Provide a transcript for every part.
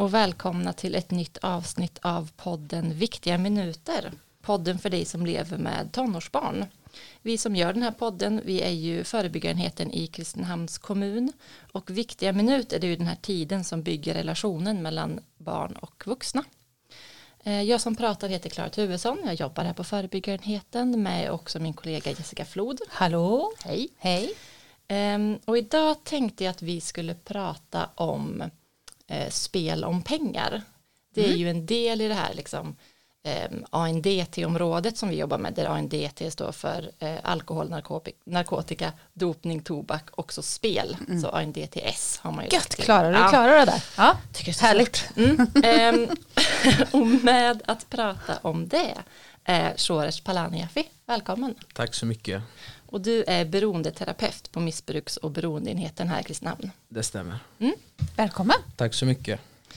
och välkomna till ett nytt avsnitt av podden Viktiga minuter. Podden för dig som lever med tonårsbarn. Vi som gör den här podden, vi är ju förebyggarenheten i Kristinehamns kommun. Och Viktiga minuter, det är ju den här tiden som bygger relationen mellan barn och vuxna. Jag som pratar heter Clara Tuvesson. Jag jobbar här på förebyggarenheten med också min kollega Jessica Flod. Hallå. Hej. Hej. Och idag tänkte jag att vi skulle prata om spel om pengar. Det är ju en del i det här liksom, ANDT-området som vi jobbar med, där ANDT står för alkohol, narkotika, dopning, tobak, också spel. Så ANDTS har man ju. Gött, Klara, du klarar det där. Ja, tycker det härligt. Och med att prata om det är Shoresh Palaniafi. Välkommen. Tack så mycket. Och du är beroendeterapeut på missbruks- och beroendeenheten här i Kristinehamn. Det stämmer. Välkommen. Tack så mycket.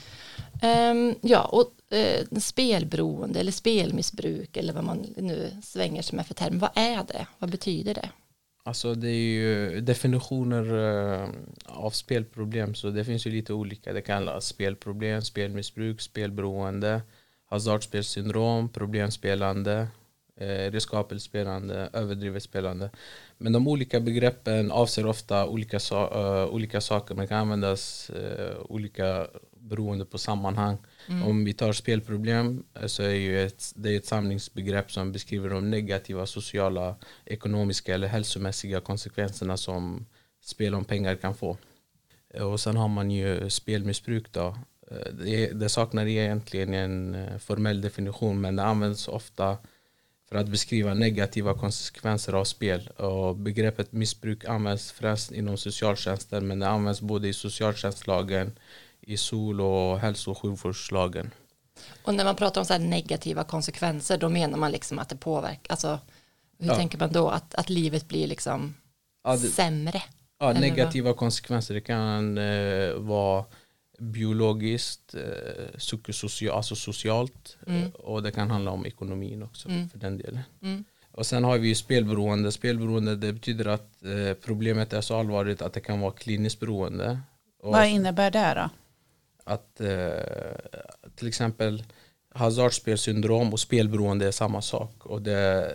Spelberoende eller spelmissbruk eller vad man nu svänger sig med för term. Vad är det? Vad betyder det? Alltså det är ju definitioner av spelproblem, så det finns ju lite olika. Det kan kallas spelproblem, spelmissbruk, spelberoende, hasardspelsyndrom, problemspelande, riskabelt spelande, överdrivet spelande. Men de olika begreppen avser ofta olika saker. Man kan användas olika beroende på sammanhang. Om vi tar spelproblem så är ju det är ett samlingsbegrepp som beskriver de negativa sociala, ekonomiska eller hälsomässiga konsekvenserna som spel om pengar kan få. Och sen har man ju spelmissbruk då. Det saknar egentligen en formell definition, men det används ofta för att beskriva negativa konsekvenser av spel. Och begreppet missbruk används främst inom socialtjänsten, men det används både i socialtjänstlagen, i SOL och hälso- och sjukvårdslagen. Och när man pratar om så här negativa konsekvenser, då menar man liksom att det påverkar, alltså hur tänker man då att livet blir liksom sämre? Ja, negativa konsekvenser, det kan vara biologiskt, alltså socialt, och det kan handla om ekonomin också för den delen. Och sen har vi ju spelberoende. Spelberoende, det betyder att problemet är så allvarligt att det kan vara kliniskt beroende. Och vad innebär det då? Att till exempel hasardspelsyndrom och spelberoende är samma sak. Och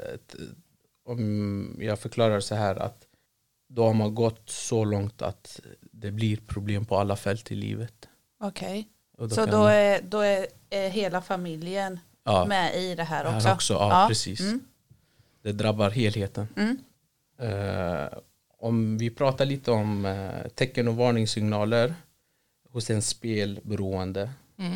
om jag förklarar så här, att då har man gått så långt att det blir problem på alla fält i livet. Okej. Så då är hela familjen med i det här också? Ja, precis. Det drabbar helheten. Om vi pratar lite om tecken och varningssignaler hos en spelberoende,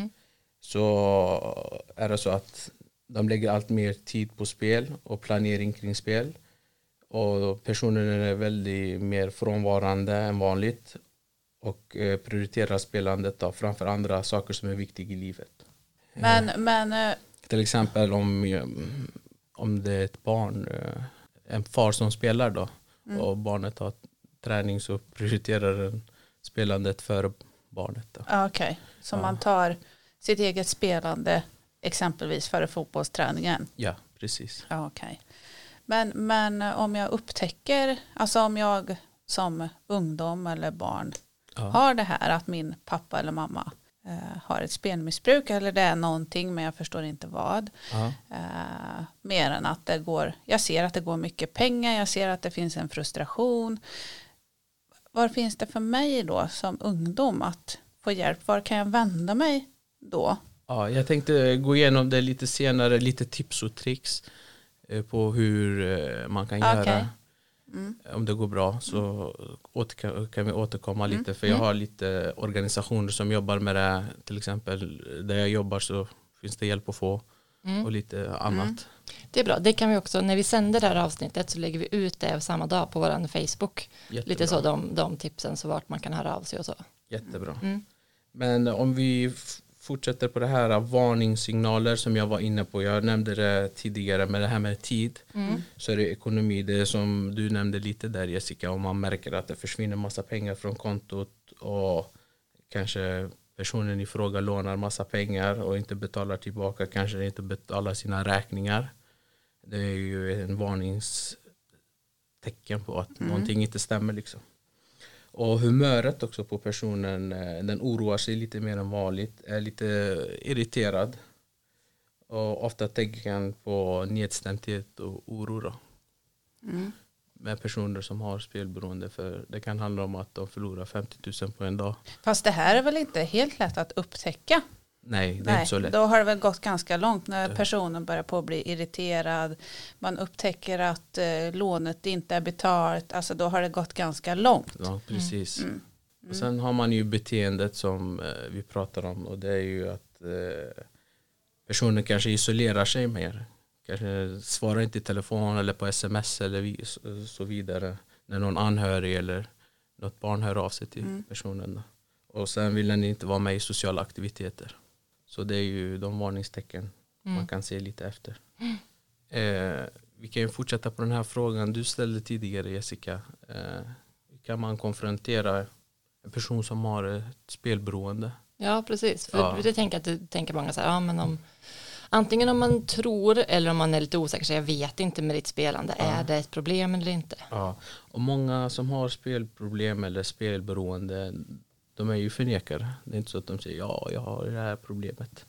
så är det så att de lägger allt mer tid på spel och planering kring spel. Och personen är väldigt mer frånvarande än vanligt och prioriterar spelandet då framför andra saker som är viktiga i livet. Men till exempel om det är ett barn, en far som spelar då, och barnet har träning, så prioriterar den spelandet före barnet. Okej. Så man tar sitt eget spelande exempelvis före fotbollsträningen? Ja, precis. Okej. Men om jag upptäcker, alltså om jag som ungdom eller barn har det här, att min pappa eller mamma har ett spelmissbruk, eller det är någonting men jag förstår inte vad, mer än att jag ser att det går mycket pengar, jag ser att det finns en frustration. Var finns det för mig då som ungdom att få hjälp? Var kan jag vända mig då? Ja, jag tänkte gå igenom det lite senare, lite tips och tricks på hur man kan göra. Om det går bra så kan vi återkomma lite, för jag har lite organisationer som jobbar med det. Till exempel där jag jobbar så finns det hjälp att få och lite annat. Det är bra, det kan vi också, när vi sänder det här avsnittet så lägger vi ut det samma dag på vår Facebook. Jättebra. Lite så de tipsen, så vart man kan höra av sig och så. Jättebra. Men om vi fortsätter på det här varningssignaler som jag var inne på. Jag nämnde det tidigare med det här med tid. Så är det ekonomi. Det är som du nämnde lite där, Jessica. Om man märker att det försvinner massa pengar från kontot och kanske personen i fråga lånar massa pengar och inte betalar tillbaka. Kanske inte betalar sina räkningar. Det är ju en varningstecken på att någonting inte stämmer liksom. Och humöret också på personen, den oroar sig lite mer än vanligt, är lite irriterad. Och ofta tecken på nedstämdhet och oro då. Med personer som har spelberoende, för det kan handla om att de förlorar 50 000 på en dag. Fast det här är väl inte helt lätt att upptäcka? Nej, det är inte så lätt. Då har det väl gått ganska långt när personen börjar på att bli irriterad. Man upptäcker att lånet inte är betalt. Alltså då har det gått ganska långt. Ja, precis. Och sen har man ju beteendet som vi pratar om, och det är ju att personen kanske isolerar sig mer. Kanske svarar inte i telefon eller på sms eller så vidare när någon anhörig eller något barn hör av sig till personen. Och sen vill den inte vara med i sociala aktiviteter. Så det är ju de varningstecken man kan se lite efter. Vi kan ju fortsätta på den här frågan du ställde tidigare, Jessica. Kan man konfrontera en person som har ett spelberoende? Ja, precis. För det tänker många så här, men antingen om man tror eller om man är lite osäker, så jag vet inte med ditt spelande, är det ett problem eller inte? Ja, och många som har spelproblem eller spelberoende, de är ju förnekare. Det är inte så att de säger jag har det här problemet.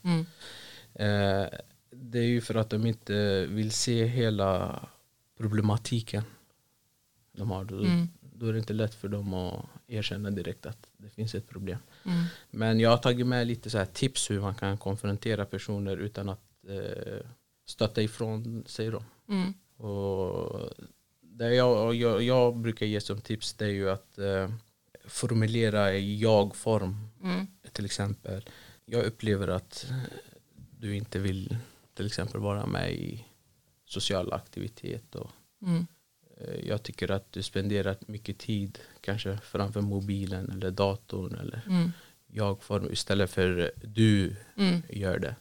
Det är ju för att de inte vill se hela problematiken de har. Då är det inte lätt för dem att erkänna direkt att det finns ett problem. Men jag har tagit med lite så här tips hur man kan konfrontera personer utan att stötta ifrån sig då. Och det jag brukar ge som tips, det är ju att formulera i jag-form. Till exempel, jag upplever att du inte vill till exempel vara med i social aktivitet och jag tycker att du spenderar mycket tid kanske framför mobilen eller datorn eller jag-form istället för du gör det.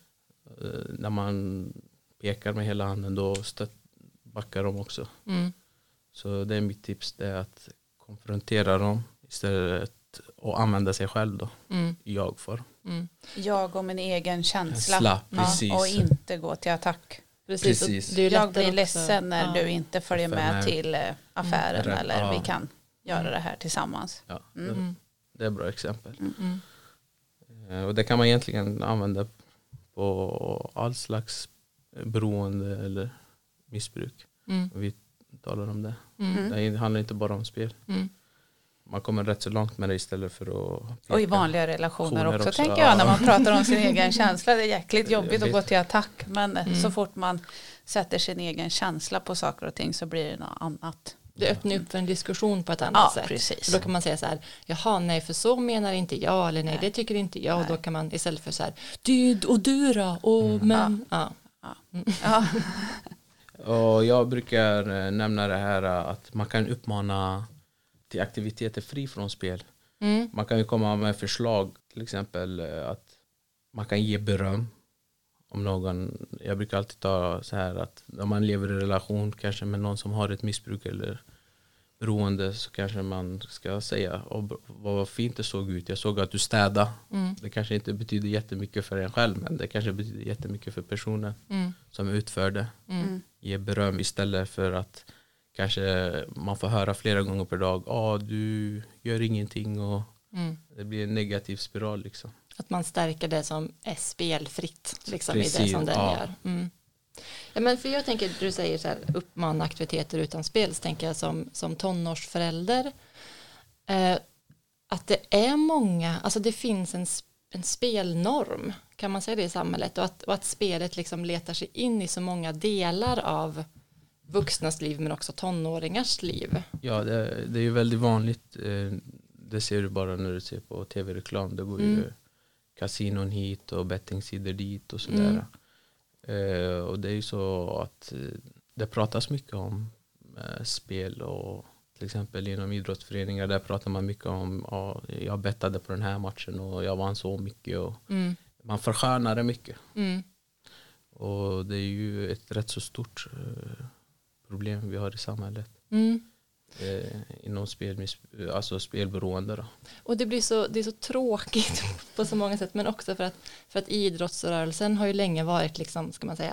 När man pekar med hela handen, då backar de också. Så det är mitt tips, det är att konfrontera dem istället och använda sig själv då i jag-form. Jag och min egen känsla. Precis. Och inte gå till attack. Precis. Det är jag blir ledsen när du inte följer med till affären eller vi kan göra det här tillsammans. Ja, det är ett bra exempel. Och det kan man egentligen använda på all slags beroende eller missbruk. Vi talar om det. Det handlar inte bara om spel. Man kommer rätt så långt med det istället för att... Och i vanliga relationer också tänker jag, när man pratar om sin egen känsla. Det är jäkligt jobbigt att gå till attack. Men så fort man sätter sin egen känsla på saker och ting så blir det något annat. Det öppnar upp för en diskussion på ett annat sätt. Precis. För då kan man säga så här, jaha, nej, för så menar inte jag, eller nej, det tycker inte jag. Och då kan man istället för så här, du då, och men... Och jag brukar nämna det här att man kan uppmana till aktiviteter fri från spel. Man kan ju komma med förslag, till exempel att man kan ge beröm om någon. Jag brukar alltid ta så här att om man lever i relation kanske med någon som har ett missbruk eller beroende, så kanske man ska säga vad fint det såg ut. Jag såg att du städade. Det kanske inte betyder jättemycket för en själv, men det kanske betyder jättemycket för personen som utförde. Ge beröm istället för att kanske man får höra flera gånger per dag du gör ingenting och det blir en negativ spiral liksom. Att man stärker det som är spelfritt liksom. Precis, i det som den gör. Ja, men för jag tänker, du säger så här, uppmana aktiviteter utan spel, så tänker jag som tonårsförälder att det är många, alltså det finns en spelnorm, kan man säga det, i samhället, och att spelet liksom letar sig in i så många delar av vuxnas liv men också tonåringars liv. Ja, det är ju väldigt vanligt. Det ser du bara när du ser på tv-reklam. Det går ju kasinon hit och bettingsidor dit och sådär. Och det är ju så att det pratas mycket om spel, och till exempel inom idrottsföreningar där pratar man mycket om jag bettade på den här matchen och jag vann så mycket, och man förskönar det mycket. Och det är ju ett rätt så stort problem vi har i samhället. Inom alltså spelberoende då. Och det är så tråkigt på så många sätt, men också för att idrottsrörelsen har ju länge varit liksom, ska man säga,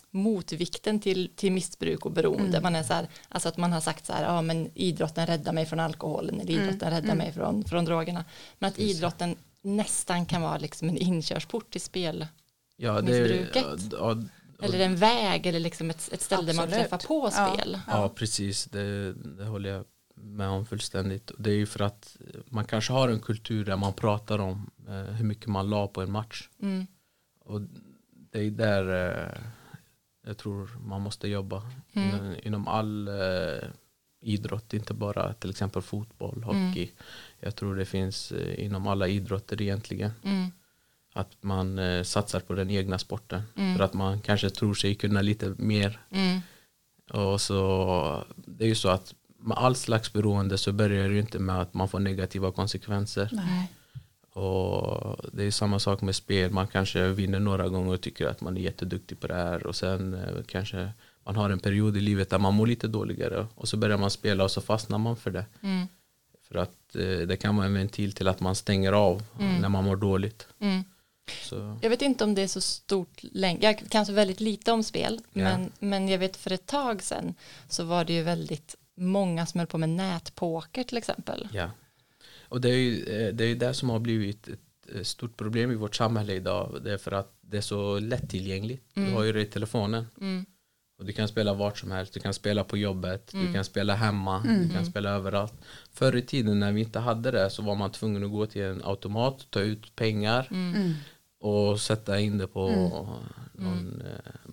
motvikten till missbruk och beroende. Man är så här, alltså att man har sagt så här, ja men idrotten räddar mig från alkoholen eller idrotten räddar mig från drogerna. Men att idrotten nästan kan vara liksom en inkörsport till spelmissbruket. Eller en väg eller liksom ett ställe där man träffar på spel. Ja, precis. Det håller jag med om fullständigt. Det är ju för att man kanske har en kultur där man pratar om hur mycket man la på en match. Och det är där jag tror man måste jobba inom all idrott, inte bara till exempel fotboll, hockey. Jag tror det finns inom alla idrotter egentligen. Att man satsar på den egna sporten för att man kanske tror sig kunna lite mer. Och så det är ju så att med all slags beroende så börjar det ju inte med att man får negativa konsekvenser. Nej. Och det är samma sak med spel. Man kanske vinner några gånger och tycker att man är jätteduktig på det här. Och sen kanske man har en period i livet där man mår lite dåligare. Och så börjar man spela och så fastnar man för det. För att det kan vara en ventil till att man stänger av när man mår dåligt. Så. Jag vet inte om det är så stort längre. Jag kan så väldigt lite om spel. Men jag vet för ett tag sedan så var det ju väldigt många som höll på med nätpoker till exempel. Ja. Och det är ju det som har blivit ett stort problem i vårt samhälle idag. Det är för att det är så lättillgängligt. Du har ju det i telefonen. Och du kan spela vart som helst. Du kan spela på jobbet. Du kan spela hemma. Du kan spela överallt. Förr i tiden när vi inte hade det så var man tvungen att gå till en automat, ta ut pengar och sätta in det på någon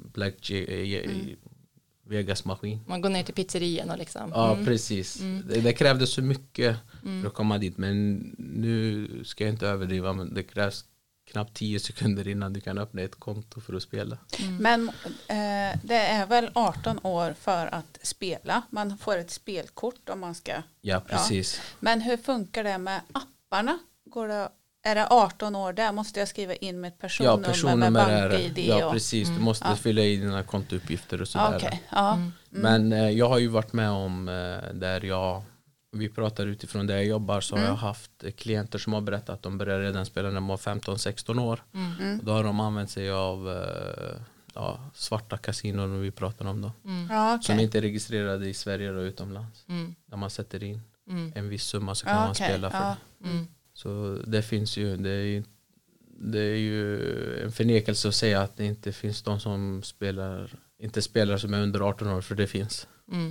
Vegas-maskin. Man går ner till pizzerian och liksom. Ja, precis. Det krävdes så mycket för att komma dit. Men nu ska jag inte överdriva, men det krävs knappt 10 sekunder innan du kan öppna ett konto för att spela. Men det är väl 18 år för att spela. Man får ett spelkort om man ska. Ja, precis. Ja. Men hur funkar det med apparna? Är det 18 år där måste jag skriva in med ett personnummer med bank-ID? Ja, precis. Du måste fylla i dina kontouppgifter och sådär. Okay. Men jag har ju varit med om där vi pratar utifrån där jag jobbar, så har jag haft klienter som har berättat att de började redan spela när de var 15-16 år. Och då har de använt sig av svarta kasinon och vi pratar om då. Som inte är registrerade i Sverige och utomlands. Där man sätter in en viss summa så kan man spela för det. Så det finns ju, det är ju en förnekelse att säga att det inte finns de som inte spelar som är under 18 år, för det finns.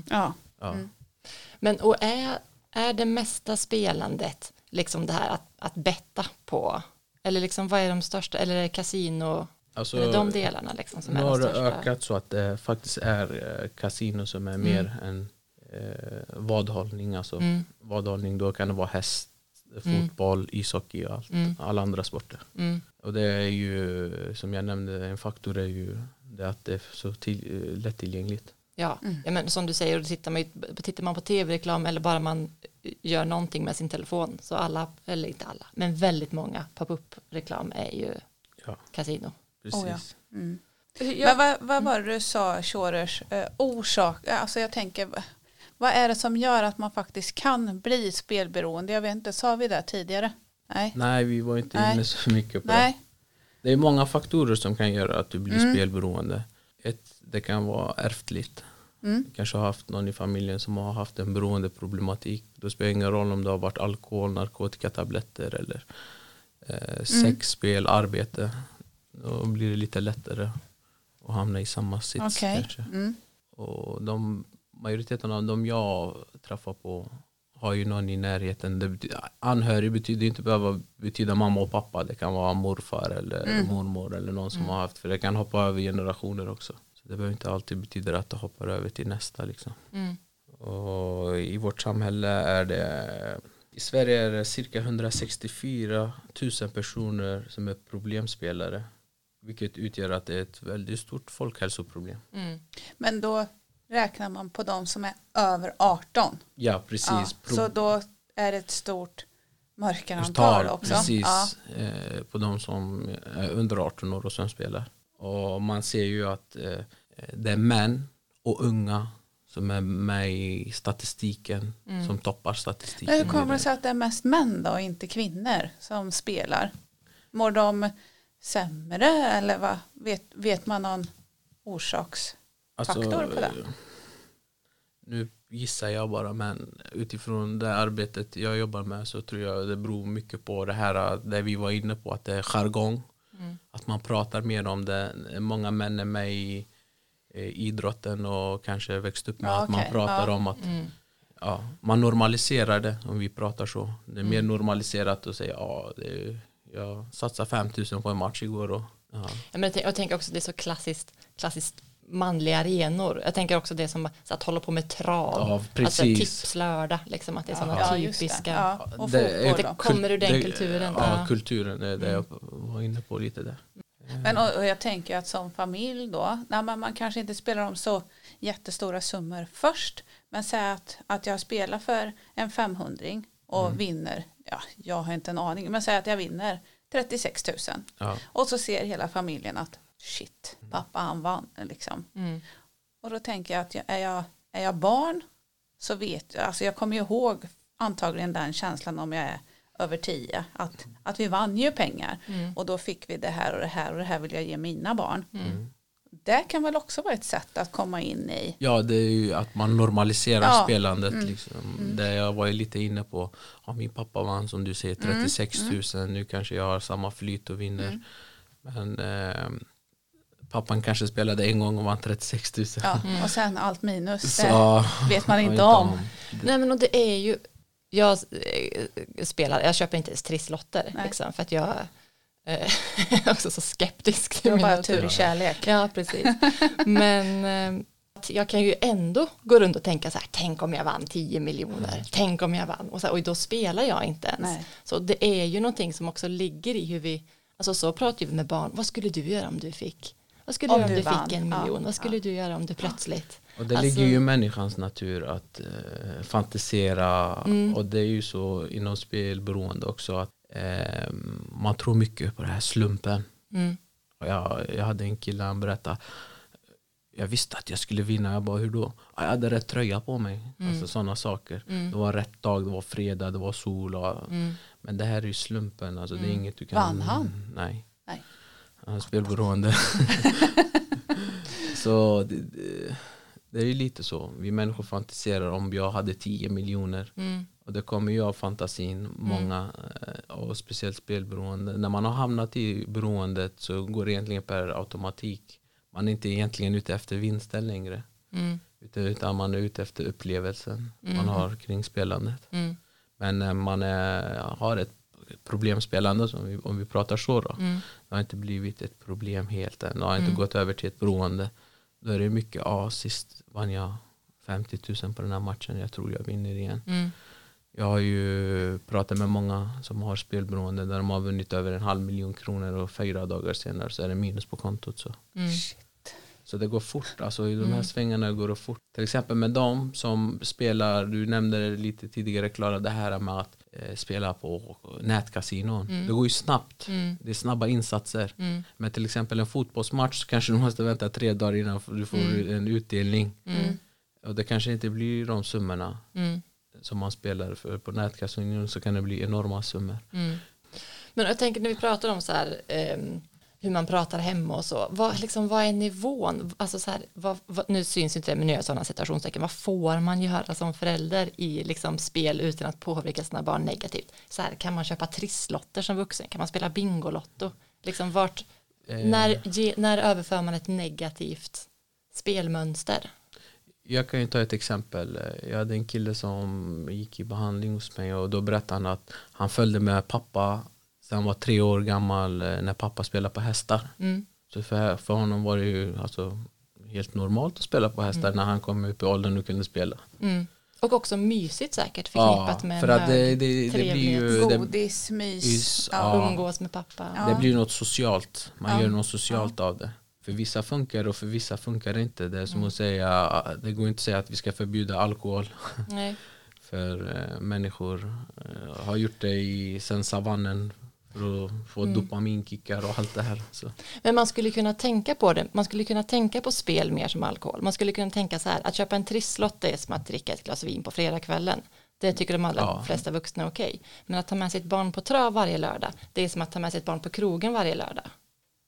Men och är det mesta spelandet liksom det här att betta på, eller liksom vad är de största, eller är det kasino, alltså, är det de delarna liksom som är de största? Nu har det ökat så att det faktiskt är kasino som är mer än vadhållning, alltså vadhållning, då kan det vara häst, fotboll, ishockey och alla andra sporter. Och det är ju, som jag nämnde, en faktor är ju det att det är så lättillgängligt. Ja, men som du säger, tittar man på tv-reklam eller bara man gör någonting med sin telefon, så alla, eller inte alla, men väldigt många pop-up-reklam är ju kasino. Precis. Vad var det du sa, Shorers, orsak? Alltså jag tänker, vad är det som gör att man faktiskt kan bli spelberoende? Jag vet inte, sa vi det tidigare? Nej, vi var inte inne så mycket på det. Det är många faktorer som kan göra att du blir spelberoende. Det kan vara ärftligt. Kanske har haft någon i familjen som har haft en beroendeproblematik. Då spelar det ingen roll om det har varit alkohol, narkotikatabletter eller sex, spel, arbete. Då blir det lite lättare att hamna i samma sits kanske. Och majoriteten av dem jag träffar på har ju någon i närheten. Anhörig betyder inte behöva betyda mamma och pappa. Det kan vara morfar eller mormor eller någon som har haft. För det kan hoppa över generationer också. Så det behöver inte alltid betyda att det hoppar över till nästa. Liksom. Och i vårt samhälle är det... I Sverige är det cirka 164 000 personer som är problemspelare. Vilket utgör att det är ett väldigt stort folkhälsoproblem. Men då räknar man på de som är över 18. Ja, precis. Så då är det ett stort mörkerantal också. Precis, på de som är under 18 år och som spelar. Och man ser ju att det är män och unga som är med i statistiken, som toppar statistiken. Men hur kommer det sig att det är mest män då och inte kvinnor som spelar? Mår de sämre eller vad? Vet man någon orsaksfaktor på det? Nu gissar jag bara, men utifrån det arbetet jag jobbar med så tror jag det beror mycket på det här där vi var inne på, att det är jargong. Att man pratar mer om det. Många män är med i idrotten och kanske växt upp med att man pratar om att man normaliserar det, om vi pratar så. Det är mer normaliserat att säga jag satsade 5 000 på en match igår. Och, men jag tänker också att det är så klassiskt manliga arenor. Jag tänker också det som att hålla på med trav. Alltså tipslördag. Liksom, att det är sådana typiska. Och det kommer ur den kulturen. Kulturen är det jag var inne på lite där. Men och jag tänker att som familj då, man kanske inte spelar om så jättestora summor först, men säg att jag spelar för en 500 och vinner, jag har inte en aning, men säg att jag vinner 36 000 och så ser hela familjen att shit, pappa han vann liksom. Och då tänker jag att är jag barn så vet jag, alltså jag kommer ju ihåg antagligen den känslan om jag är över 10, att vi vann ju pengar och då fick vi det här och det här och det här vill jag ge mina barn. Det kan väl också vara ett sätt att komma in i. Ja, det är ju att man normaliserar spelandet. Liksom. Det jag var lite inne på, min pappa vann som du säger 36 000, nu kanske jag har samma flyt och vinner. Men pappan kanske spelade en gång och vann 36 000. Och sen allt minus, det vet man inte om. Nej, men och det är ju, jag köper inte trisslotter liksom, för att jag är också så skeptisk. Det var bara tur i kärlek. Ja, precis. Men jag kan ju ändå gå runt och tänka så här, tänk om jag vann 10 miljoner. Tänk om jag vann. Och då spelar jag inte ens. Nej. Så det är ju någonting som också ligger i hur vi, alltså så pratar vi med barn. Vad skulle du göra om du fick? Vad skulle du göra om du fick 1 miljon? Vad skulle du göra om du plötsligt? Och det ligger ju i människans natur att fantisera. Och det är ju så inom spelberoende också att man tror mycket på det här slumpen. Och jag hade en kille, han berättade, jag visste att jag skulle vinna. Jag bara, hur då? Jag hade rätt tröja på mig. Alltså sådana saker. Det var rätt dag, det var fredag, det var sol. Men det här är ju slumpen. Alltså, det är inget du kan... Vann han? Nej. Han är spelberoende. Så det är ju lite så. Vi människor fantiserar om jag hade 10 miljoner. Och det kommer ju av fantasin. Många, och speciellt spelberoende. När man har hamnat i beroendet så går det egentligen per automatik. Man är inte egentligen ute efter vinsten längre. Utan man är ute efter upplevelsen man har kring spelandet. Men när man har ett problemspelande, om vi pratar så då. Det har inte blivit ett problem helt än. Det har inte gått över till ett beroende. Då är det mycket, sist vann jag 50 000 på den här matchen. Jag tror jag vinner igen. Jag har ju pratat med många som har spelberoende där de har vunnit över 500 000 kronor och 4 dagar senare så är det minus på kontot. Så det går fort. Alltså i de här svängarna går det fort. Till exempel med dem som spelar, du nämnde det lite tidigare Klara, det här med att spela på nätkasinon. Det går ju snabbt. Det är snabba insatser. Men till exempel en fotbollsmatch så kanske du måste vänta 3 dagar innan du får en utdelning. Och det kanske inte blir de summorna som man spelar för på nätkasinon, så kan det bli enorma summor. Men jag tänker när vi pratar om så här hur man pratar hemma och så. Vad är nivån? Alltså så här, nu syns inte det, men nu är sådana citationstecken. Vad får man göra som förälder i liksom spel utan att påverka sina barn negativt? Så här, kan man köpa trisslotter som vuxen? Kan man spela bingolotto? Liksom när överför man ett negativt spelmönster? Jag kan ju ta ett exempel. Jag hade en kille som gick i behandling hos mig och då berättade han att han följde med pappa. Han var 3 år gammal när pappa spelade på hästar. Så för honom var det ju alltså helt normalt att spela på hästar när han kom upp i åldern och kunde spela. Och också mysigt säkert förknippat med för att det blir ju godis, mys, umgås med pappa. Det blir något socialt. Man gör något socialt av det. För vissa funkar och för vissa funkar det inte. Det är som att säga, det går inte att säga att vi ska förbjuda alkohol. Nej. För människor har gjort det sen savannen för att få dopaminkickar och allt det här. Så. Men man skulle kunna tänka på det. Man skulle kunna tänka på spel mer som alkohol. Man skulle kunna tänka så här, att köpa en trisslott är som att dricka ett glas vin på fredagskvällen. Det tycker de allra flesta vuxna är okej. Men att ta med sitt barn på trav varje lördag, det är som att ta med sitt barn på krogen varje lördag.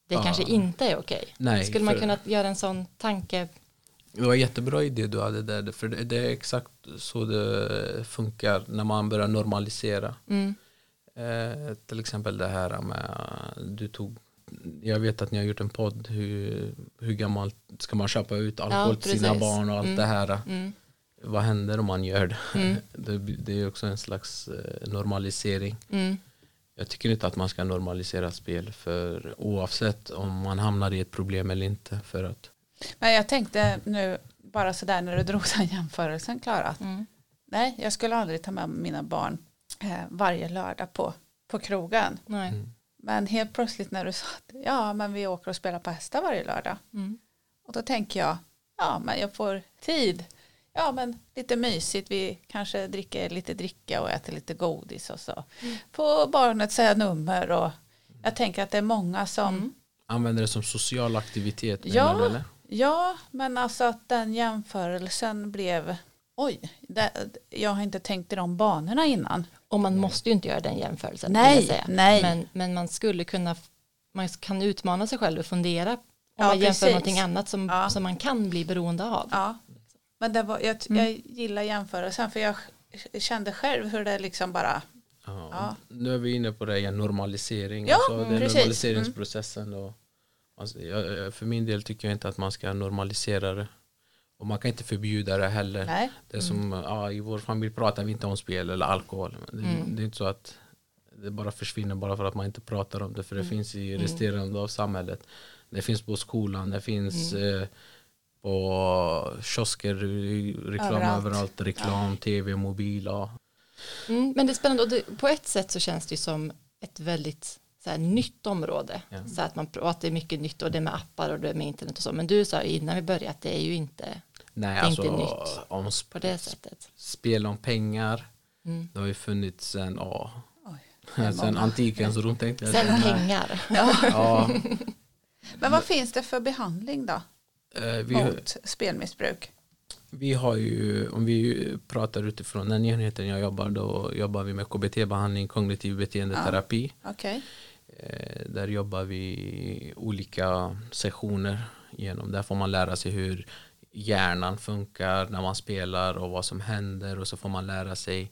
det kanske inte är okej. Nej, skulle man kunna göra en sån tanke? Det var en jättebra idé du hade där. För det är exakt så det funkar när man börjar normalisera. Till exempel det här med jag vet att ni har gjort en podd hur gammalt ska man köpa ut alkohol till sina barn och allt det här. Vad händer om man gör det? Det är också en slags normalisering. Jag tycker inte att man ska normalisera spel för oavsett om man hamnar i ett problem eller inte. För att... Men jag tänkte nu bara sådär när du drog den jämförelsen, Klara, att nej, jag skulle aldrig ta med mina barn varje lördag på krogen. Nej. Men helt plötsligt när du sa att men vi åker och spelar på hästar varje lördag. Och då tänker jag, men jag får tid. Ja, men lite mysigt. Vi kanske dricker lite dricka och äter lite godis och så. Får barnet säga nummer och jag tänker att det är många som använder det som social aktivitet. Ja, men alltså att den jämförelsen blev jag har inte tänkt i de banorna innan. Och man måste ju inte göra den jämförelsen. Nej. Men man skulle kunna, man kan utmana sig själv och fundera om man jämför någonting annat som man kan bli beroende av. Ja, men det var, jag gillar jämförelsen för jag kände själv hur det liksom bara... Ja. Nu är vi inne på det igen, normalisering. Ja, alltså, det är normaliseringsprocessen. Och, alltså, för min del tycker jag inte att man ska normalisera det. Och man kan inte förbjuda det heller. Nej. Det är som, i vår familj pratar vi inte om spel eller alkohol. Det är inte så att det bara försvinner bara för att man inte pratar om det. För det finns i resterande av samhället. Det finns på skolan, det finns på kiosker, reklam överallt, reklam, tv, mobil. Ja. Men det är spännande och på ett sätt så känns det ju som ett väldigt så här, nytt område. Ja. Så att det är mycket nytt och det med appar och det med internet och så. Men du sa innan vi började att det är ju inte, inte nytt om på det sättet. Spel om pengar, det har ju funnits sen antikens Rom. Sen pengar. Ja. Men vad finns det för behandling då? Mot spelmissbruk? Vi har ju, om vi pratar utifrån den enheten jag jobbar, då jobbar vi med KBT-behandling, kognitiv beteendeterapi. Okay. Där jobbar vi olika sessioner igenom. Där får man lära sig hur hjärnan funkar när man spelar och vad som händer. Och så får man lära sig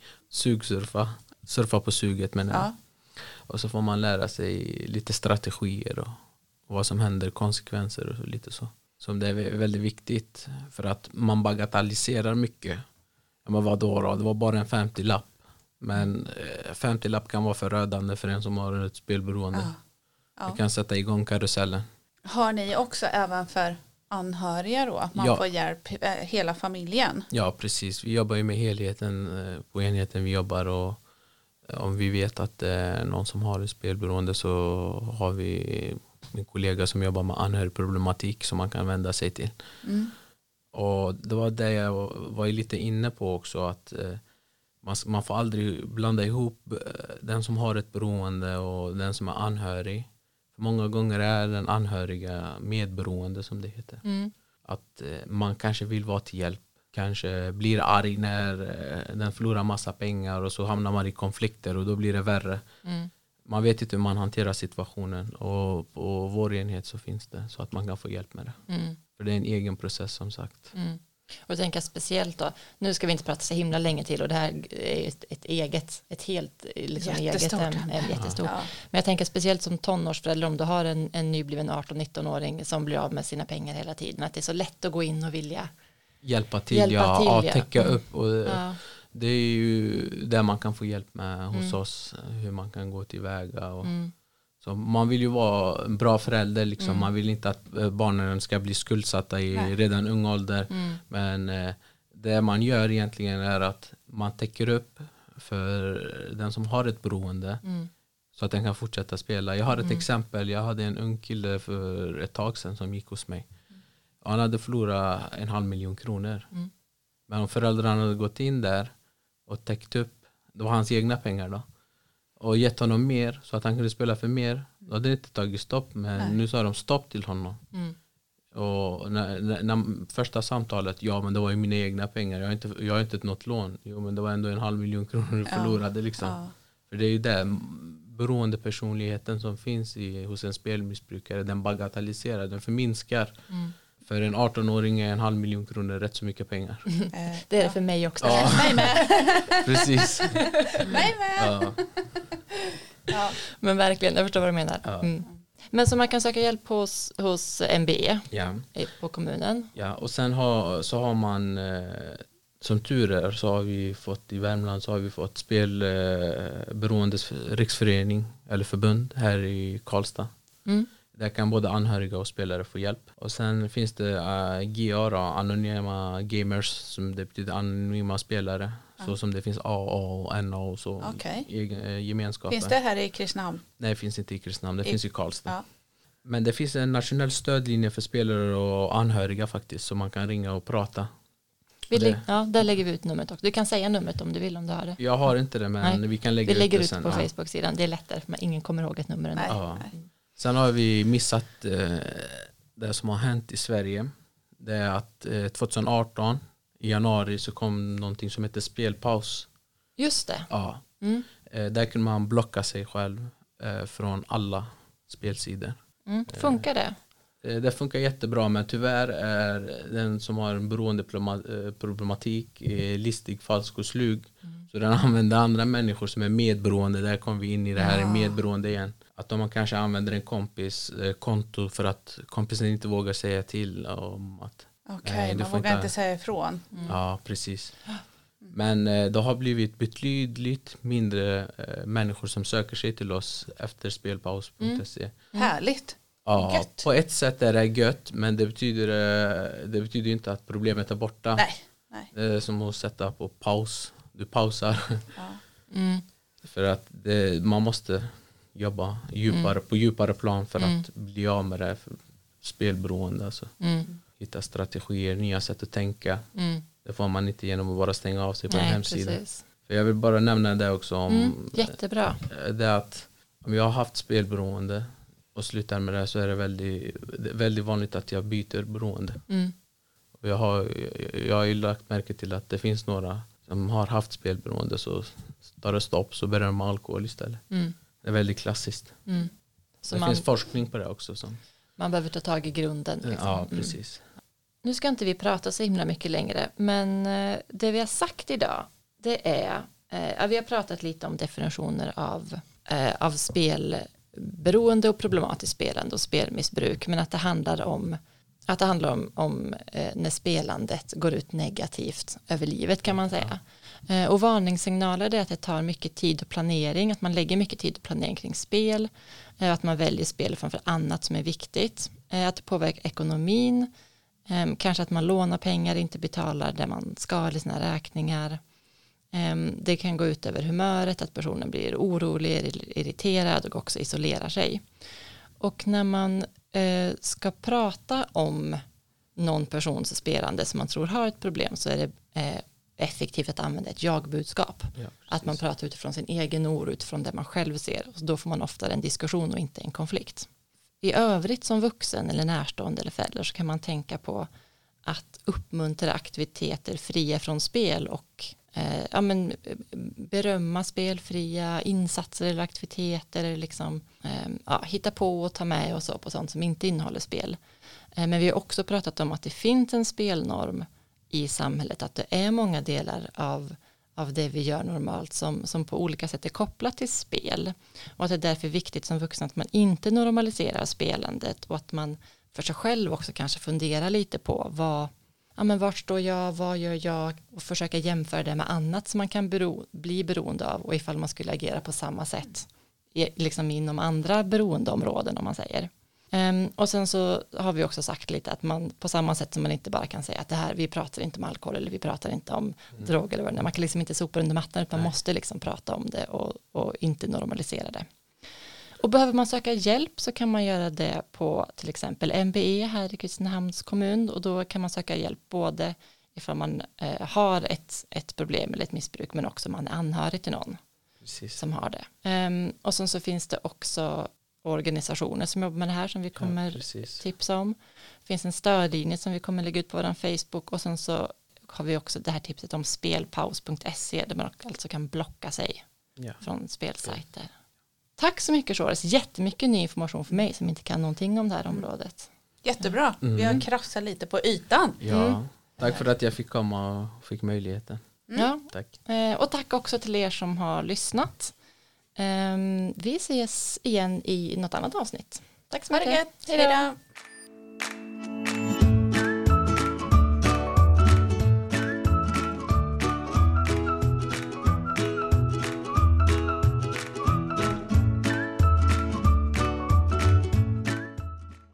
surfa på suget med det. Och så får man lära sig lite strategier och vad som händer, konsekvenser och lite så. Som det är väldigt viktigt för att man bagatelliserar mycket. Men vadå? Det var bara en 50-lapp. Men 50-lapp kan vara förödande för en som har ett spelberoende. Det kan sätta igång karusellen. Har ni också även för anhöriga då? Att man får hjälp hela familjen? Ja, precis. Vi jobbar ju med helheten på enheten vi jobbar. Och om vi vet att det är någon som har ett spelberoende så har vi min kollega som jobbar med anhörigproblematik som man kan vända sig till. Och det var det jag var lite inne på också, att man får aldrig blanda ihop den som har ett beroende och den som är anhörig. För många gånger är den anhöriga medberoende som det heter. Att man kanske vill vara till hjälp, kanske blir arg när den förlorar massa pengar och så hamnar man i konflikter och då blir det värre. Man vet inte hur man hanterar situationen och på vår enhet så finns det så att man kan få hjälp med det. För det är en egen process som sagt. Och jag tänker speciellt då, nu ska vi inte prata så himla länge till och det här är ett helt liksom jättestort ämne. Jättestort. Ja. Men jag tänker speciellt som tonårsförälder, om du har en nybliven 18-19-åring som blir av med sina pengar hela tiden, att det är så lätt att gå in och vilja hjälpa till. Täcka upp och det är ju där man kan få hjälp med hos oss, hur man kan gå tillväga. Och så man vill ju vara en bra förälder. Liksom. Man vill inte att barnen ska bli skuldsatta i redan ung ålder. Men det man gör egentligen är att man täcker upp för den som har ett beroende så att den kan fortsätta spela. Jag har ett exempel. Jag hade en ung kille för ett tag sedan som gick hos mig. Han hade förlorat 500 000 kronor. Men om föräldrarna hade gått in där och täckt upp, det var hans egna pengar då, och gett honom mer så att han kunde spela för mer, då hade det inte tagit stopp. Men nu sa de stopp till honom. Och när första samtalet, men det var ju mina egna pengar, jag har inte något lån. Jo, men det var ändå 500 000 kronor du förlorade liksom. För det är ju det, beroendepersonligheten som finns hos en spelmissbrukare, den bagatelliserar, den förminskar. För en 18-åring är 500 000 kronor rätt så mycket pengar. Det är det för mig också. Ja. Mig med. Precis. Mig med. Ja. Ja. Men verkligen, jag förstår vad du menar. Ja. Men så man kan söka hjälp hos MBE Ja. På kommunen. Ja, och sen har man som tur är så har vi fått i Värmland så har vi fått spelberoendes riksförening eller förbund här i Karlstad. Där kan både anhöriga och spelare få hjälp. Och sen finns det GA, anonyma gamers, som det betyder anonyma spelare. Så som det finns AA och NA och så. Gemenskapen. Finns det här i Kristinehamn? Nej, det finns inte i Kristinehamn. Det finns i Karlstad. Ja. Men det finns en nationell stödlinje för spelare och anhöriga faktiskt. Så man kan ringa och prata. Där lägger vi ut numret också. Du kan säga numret om du vill, om du har det. Jag har inte det, men vi kan lägga ut det sen. Vi lägger ut på Facebook-sidan. Det är lättare för ingen kommer ihåg ett nummer. Ja. Sen har vi missat det som har hänt i Sverige. Det är att 2018 i januari så kom någonting som heter spelpaus. Just det. Ja. Där kunde man blocka sig själv från alla spelsidor. Funkar det? Det funkar jättebra, men tyvärr är den som har en beroendeproblematik listig, falsk och slug. Så den använder andra människor som är medberoende. Där kommer vi in i det här medberoende igen. Att om man kanske använder en kompis konto för att kompisen inte vågar säga till om att man vågar inte säga ifrån. Ja, precis. Men det har blivit betydligt mindre människor som söker sig till oss efter spelpaus.se. Härligt. Ja, gött. På ett sätt är det gött, men det betyder inte att problemet är borta. Nej. Det är som att sätta på paus. Du pausar. Ja. För att man måste jobba på djupare plan för att bli av med det spelberoende. Alltså. Hitta strategier, nya sätt att tänka. Det får man inte genom att bara stänga av sig på en hemsida. Precis. För jag vill bara nämna det också om jättebra. Det att om jag har haft spelberoende och slutar med det så är det väldigt vanligt att jag byter beroende. Och jag har ju lagt märke till att det finns några som har haft spelberoende, så tar det stopp så börjar de med alkohol istället. Det är väldigt klassiskt. Så det finns forskning på det också. Man behöver ta tag i grunden. Liksom. Ja, precis. Nu ska inte vi prata så himla mycket längre, men det vi har sagt idag, det är vi har pratat lite om definitioner av spelberoende och problematiskt spelande och spelmissbruk, men att det handlar om när spelandet går ut negativt över livet, kan man säga. Och varningssignaler är att det tar mycket tid och planering, att man lägger mycket tid och planering kring spel, att man väljer spel framför annat som är viktigt, att det påverkar ekonomin, kanske att man lånar pengar, inte betalar det man ska eller sina räkningar. Det kan gå ut över humöret, att personen blir orolig, irriterad och också isolerar sig. Och när man ska prata om någon persons spelande som man tror har ett problem, så är det effektivt att använda ett jag-budskap. Ja, att man pratar utifrån sin egen oro, utifrån det man själv ser. Och då får man ofta en diskussion och inte en konflikt. I övrigt som vuxen eller närstående eller förälder så kan man tänka på att uppmuntra aktiviteter fria från spel och berömma spelfria insatser eller aktiviteter, eller liksom, hitta på och ta med och så på sånt som inte innehåller spel. Men vi har också pratat om att det finns en spelnorm i samhället, att det är många delar av det vi gör normalt som på olika sätt är kopplat till spel, och att det är därför viktigt som vuxen att man inte normaliserar spelandet, och att man för sig själv också kanske funderar lite på vart står jag, vad gör jag, och försöka jämföra det med annat som man kan bli beroende av, och ifall man skulle agera på samma sätt liksom inom andra beroendeområden, om man säger. Och sen så har vi också sagt lite att man på samma sätt som man inte bara kan säga att det här, vi pratar inte om alkohol eller vi pratar inte om droger eller vad det är. Man kan liksom inte sopa under mattan, utan man måste liksom prata om det och inte normalisera det. Och behöver man söka hjälp så kan man göra det på till exempel MBE här i Kristinehamns kommun, och då kan man söka hjälp både ifall man har ett problem eller ett missbruk, men också om man är anhörig till någon som har det. Och sen så finns det också organisationer som jobbar med det här som vi kommer tipsa om. Det finns en stödlinje som vi kommer lägga ut på vår Facebook, och sen så har vi också det här tipset om spelpaus.se där man alltså kan blocka sig från spelsajter. Tack så mycket Shores. Jättemycket ny information för mig som inte kan någonting om det här området. Jättebra. Vi har krafsat lite på ytan. Ja, tack för att jag fick komma och fick möjligheten. Ja. Tack. Och tack också till er som har lyssnat. Vi ses igen i något annat avsnitt. Tack så mycket. Hej då.